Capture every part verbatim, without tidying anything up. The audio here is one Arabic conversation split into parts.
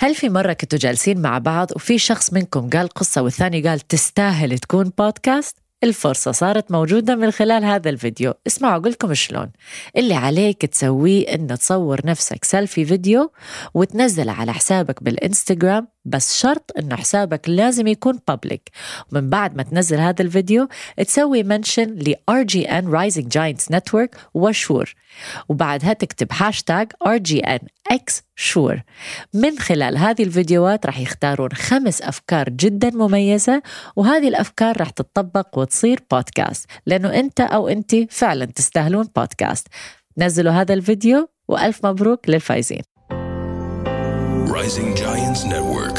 هل في مرة كنتوا جالسين مع بعض وفي شخص منكم قال قصة والثاني قال تستاهل تكون بودكاست؟ الفرصة صارت موجودة من خلال هذا الفيديو. اسمعوا أقولكم شلون. اللي عليك تسويه إن تصور نفسك سيلفي فيديو وتنزله على حسابك بالإنستغرام، بس شرط إنه حسابك لازم يكون public. ومن بعد ما تنزل هذا الفيديو تسوي منشن ل آر جي إن Rising Giants Network وشور، وبعدها تكتب هاشتاج آر جي إن إكس شور. من خلال هذه الفيديوهات راح يختارون خمس أفكار جدا مميزة، وهذه الأفكار راح تتطبق وتصير بودكاست، لأنه أنت أو أنت فعلا تستاهلون بودكاست. نزلوا هذا الفيديو وألف مبروك للفايزين. Rising Giants Network.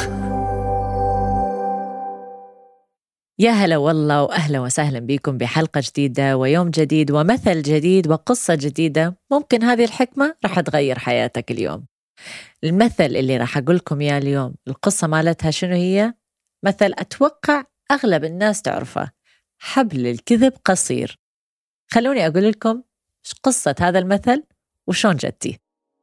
يا هلا والله وأهلا وسهلا بكم بحلقة جديدة ويوم جديد ومثل جديد وقصة جديدة. ممكن هذه الحكمة راح تغير حياتك اليوم. المثل اللي راح أقولكم إياه اليوم، القصة مالتها شنو هي؟ مثل أتوقع أغلب الناس تعرفه: حبل الكذب قصير. خلوني أقول لكم قصة هذا المثل وشون جتي.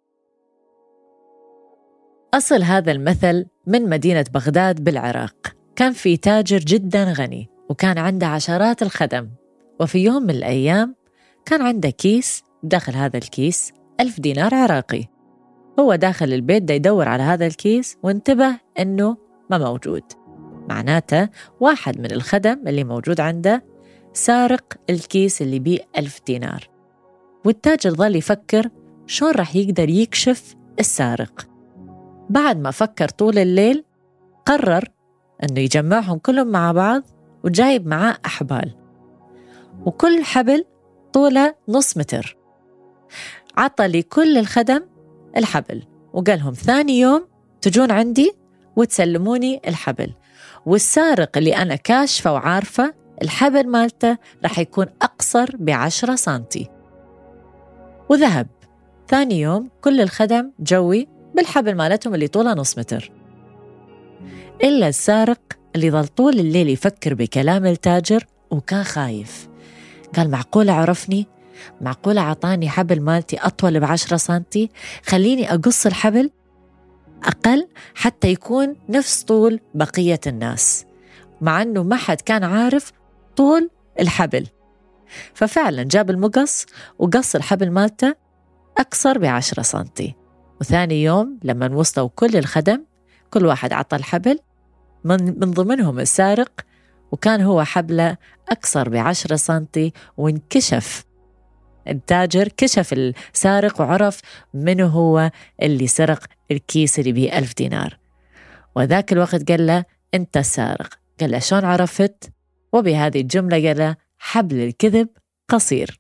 أصل هذا المثل من مدينة بغداد بالعراق. كان في تاجر جدا غني وكان عنده عشرات الخدم، وفي يوم من الأيام كان عنده كيس، داخل هذا الكيس ألف دينار عراقي. هو داخل البيت دا يدور على هذا الكيس وانتبه أنه ما موجود. معناته واحد من الخدم اللي موجود عنده سارق الكيس اللي بيه ألف دينار. والتاجر ظل يفكر شون راح يقدر يكشف السارق. بعد ما فكر طول الليل قرر أنه يجمعهم كلهم مع بعض، وجايب معاه أحبال، وكل حبل طوله نص متر. عطى لكل الخدم الحبل وقالهم ثاني يوم تجون عندي وتسلموني الحبل، والسارق اللي أنا كاشفة وعارفة الحبل مالته راح يكون أقصر بعشرة سنتي. وذهب ثاني يوم كل الخدم جوي بالحبل مالتهم اللي طوله نص متر، إلا السارق اللي ظل طول الليل يفكر بكلام التاجر وكان خايف. قال معقولة عرفني؟ معقولة عطاني حبل مالتي أطول بعشرة سنتي؟ خليني أقص الحبل أقل حتى يكون نفس طول بقية الناس، مع أنه ما حد كان عارف طول الحبل. ففعلا جاب المقص وقص الحبل مالته أقصر بعشرة سنتي. وثاني يوم لما وصلوا كل الخدم كل واحد عطى الحبل، من, من ضمنهم السارق، وكان هو حبله أكثر بعشرة سنتي. وانكشف التاجر، كشف السارق وعرف منه هو اللي سرق الكيس اللي بيه ألف دينار. وذاك الوقت قال له أنت السارق. قال له شون عرفت؟ وبهذه الجملة قال له حبل الكذب قصير.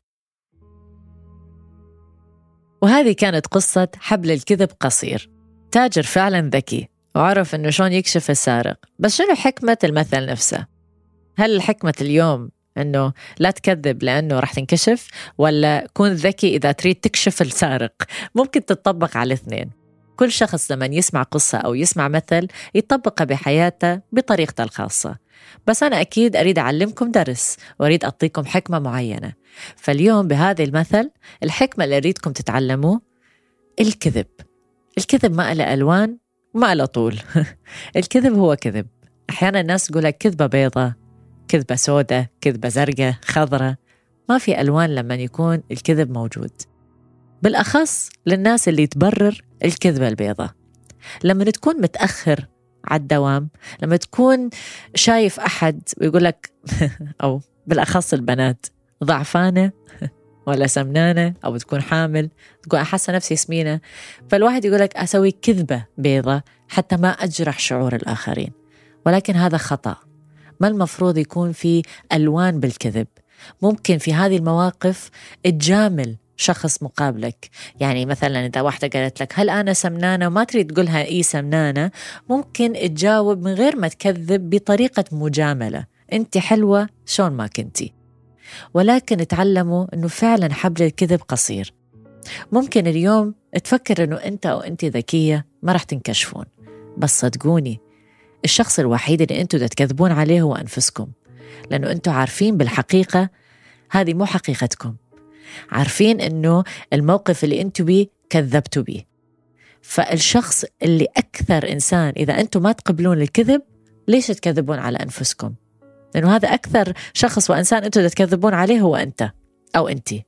وهذه كانت قصة حبل الكذب قصير. تاجر فعلا ذكي وعرف أنه شون يكشف السارق. بس شنو حكمة المثل نفسه؟ هل الحكمة اليوم أنه لا تكذب لأنه راح تنكشف، ولا كون ذكي إذا تريد تكشف السارق؟ ممكن تطبق على الاثنين. كل شخص لما يسمع قصة أو يسمع مثل يطبقها بحياته بطريقته الخاصة. بس أنا أكيد أريد أعلمكم درس وأريد أعطيكم حكمة معينة. فاليوم بهذا المثل الحكمة اللي أريدكم تتعلموه الكذب. الكذب ما له ألوان وما له طول. الكذب هو كذب. أحيانا الناس تقول لك كذبة بيضة، كذبة سودة، كذبة زرقاء، خضراء. ما في ألوان لما يكون الكذب موجود، بالأخص للناس اللي تبرر الكذبة البيضة. لما تكون متأخر على الدوام، لما تكون شايف أحد ويقول لك أو بالأخص البنات ضعفانة ولا سمنانة، أو تكون حامل تقول أحس نفسي سمينة، فالواحد يقول لك أسوي كذبة بيضة حتى ما أجرح شعور الآخرين. ولكن هذا خطأ. ما المفروض يكون في ألوان بالكذب. ممكن في هذه المواقف تجامل شخص مقابلك. يعني مثلا إذا واحدة قالت لك هل أنا سمنانة وما تريد تقولها إيه سمنانة، ممكن تجاوب من غير ما تكذب بطريقة مجاملة، أنت حلوة شون ما كنتي. ولكن تعلموا أنه فعلا حبل الكذب قصير. ممكن اليوم تفكر أنه أنت أو أنت ذكية ما راح تنكشفون، بس صدقوني الشخص الوحيد اللي أنتوا تكذبون عليه هو أنفسكم، لأنه أنتوا عارفين بالحقيقة هذه مو حقيقتكم. عارفين أنه الموقف اللي أنتوا بيه كذبتوا بيه. فالشخص اللي أكثر إنسان إذا أنتم ما تقبلون الكذب، ليش تكذبون على أنفسكم؟ لأنه هذا أكثر شخص وإنسان أنتم تكذبون عليه هو أنت أو أنتي.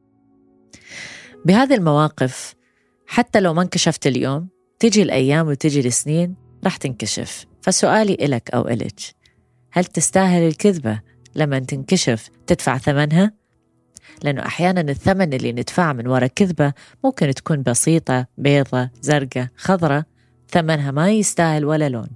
بهذه المواقف حتى لو ما انكشفت اليوم، تيجي الأيام وتيجي السنين راح تنكشف. فسؤالي إلك أو إلك، هل تستاهل الكذبة لما تنكشف تدفع ثمنها؟ لأنه أحيانا الثمن اللي ندفعه من وراء كذبة ممكن تكون بسيطة، بيضة، زرقة، خضرة، ثمنها ما يستاهل ولا لون.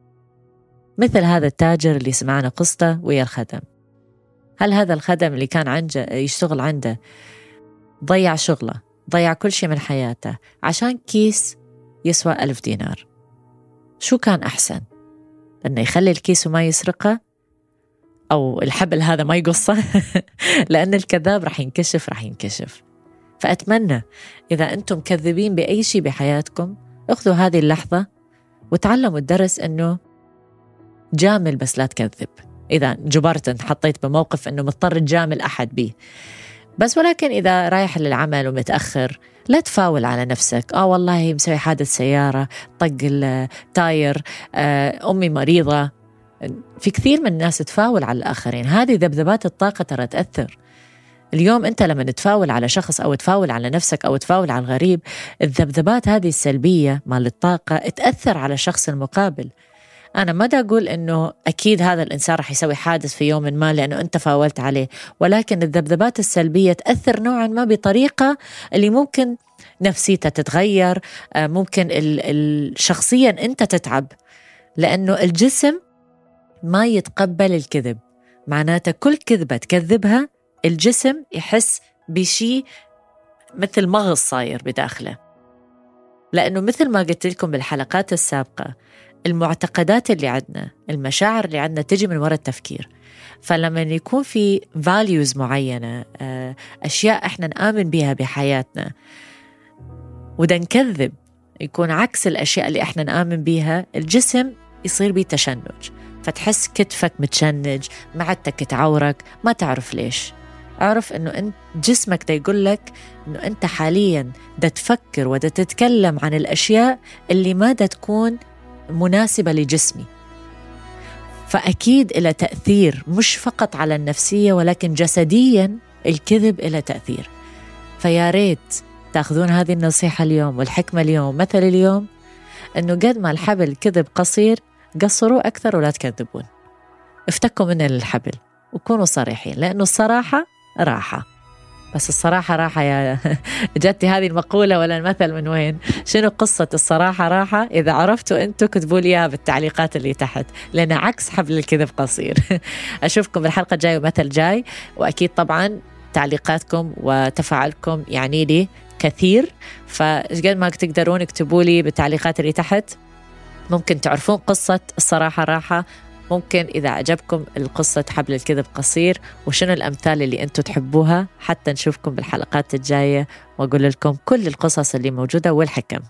مثل هذا التاجر اللي سمعنا قصته ويا الخدم. هل هذا الخدم اللي كان عنده يشتغل عنده ضيع شغله، ضيع كل شيء من حياته عشان كيس يسوى ألف دينار؟ شو كان أحسن؟ أنه يخلي الكيس وما يسرقه، أو الحبل هذا ما يقصه؟ لأن الكذاب رح ينكشف رح ينكشف. فأتمنى إذا أنتم كذبين بأي شيء بحياتكم، اخذوا هذه اللحظة وتعلموا الدرس أنه جامل بس لا تكذب. إذا جبرت حطيت بموقف أنه مضطر تجامل أحد به بس، ولكن إذا رايح للعمل ومتأخر لا تفاول على نفسك. آه والله مسوي حادث سيارة، طق التاير، آه أمي مريضة. في كثير من الناس تفاول على الآخرين. هذه ذبذبات الطاقة ترى تأثر. اليوم أنت لما تفاول على شخص أو تفاول على نفسك أو تفاول على الغريب، الذبذبات هذه السلبية مال الطاقة تأثر على الشخص المقابل. أنا ما دا أقول إنه أكيد هذا الإنسان رح يسوي حادث في يوم ما لأنه أنت فاولت عليه، ولكن الذبذبات السلبية تأثر نوعا ما بطريقة اللي ممكن نفسيته تتغير، ممكن الشخصيا أنت تتعب، لأنه الجسم ما يتقبل الكذب. معناته كل كذبة تكذبها الجسم يحس بشي مثل مغص صاير بداخله. لأنه مثل ما قلت لكم بالحلقات السابقة، المعتقدات اللي عندنا، المشاعر اللي عندنا تجي من وراء التفكير. فلما يكون في values معينة، أشياء إحنا نآمن بها بحياتنا، وده نكذب يكون عكس الأشياء اللي إحنا نآمن بها، الجسم يصير بيه تشنج. فتحس كتفك متشنج، معدتك تعورك، ما تعرف ليش. أعرف أنه أنت جسمك دا يقول لك أنه أنت حالياً دا تفكر ودا تتكلم عن الأشياء اللي ما دا تكون مناسبة لجسمي. فأكيد إلى تأثير مش فقط على النفسية ولكن جسدياً الكذب إلى تأثير. فيا ريت تأخذون هذه النصيحة اليوم والحكمة اليوم، مثل اليوم، أنه قد ما الحبل كذب قصير قصروا أكثر ولا تكذبون. افتكوا من الحبل وكونوا صريحين، لأنه الصراحة راحة. بس الصراحة راحة يا جاتي هذه المقولة ولا المثل من وين؟ شنو قصة الصراحة راحة؟ إذا عرفتوا أنتوا كتبوا لي بالتعليقات اللي تحت، لأن عكس حبل الكذب قصير. أشوفكم بالحلقة الجاية ومثل جاي، وأكيد طبعا تعليقاتكم وتفاعلكم يعني لي كثير. فقد ما تقدرون اكتبوا لي بالتعليقات اللي تحت. ممكن تعرفون قصة الصراحة راحة، ممكن إذا عجبكم القصة حبل الكذب قصير، وشنو الأمثال اللي أنتوا تحبوها، حتى نشوفكم بالحلقات الجاية وأقول لكم كل القصص اللي موجودة والحكم.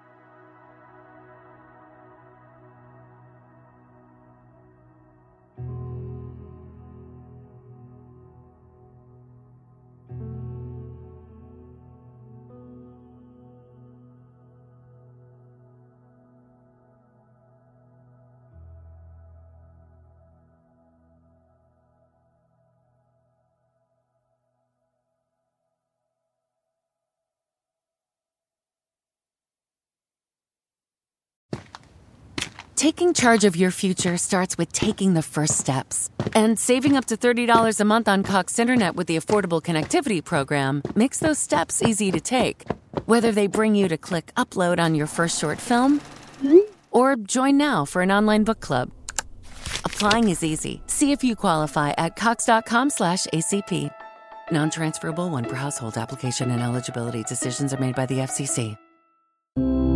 Taking charge of your future starts with taking the first steps. And saving up to thirty dollars a month on Cox Internet with the Affordable Connectivity Program makes those steps easy to take. Whether they bring you to click upload on your first short film or join now for an online book club. Applying is easy. See if you qualify at cox.com slash ACP. Non-transferable one per household application and eligibility decisions are made by the F C C.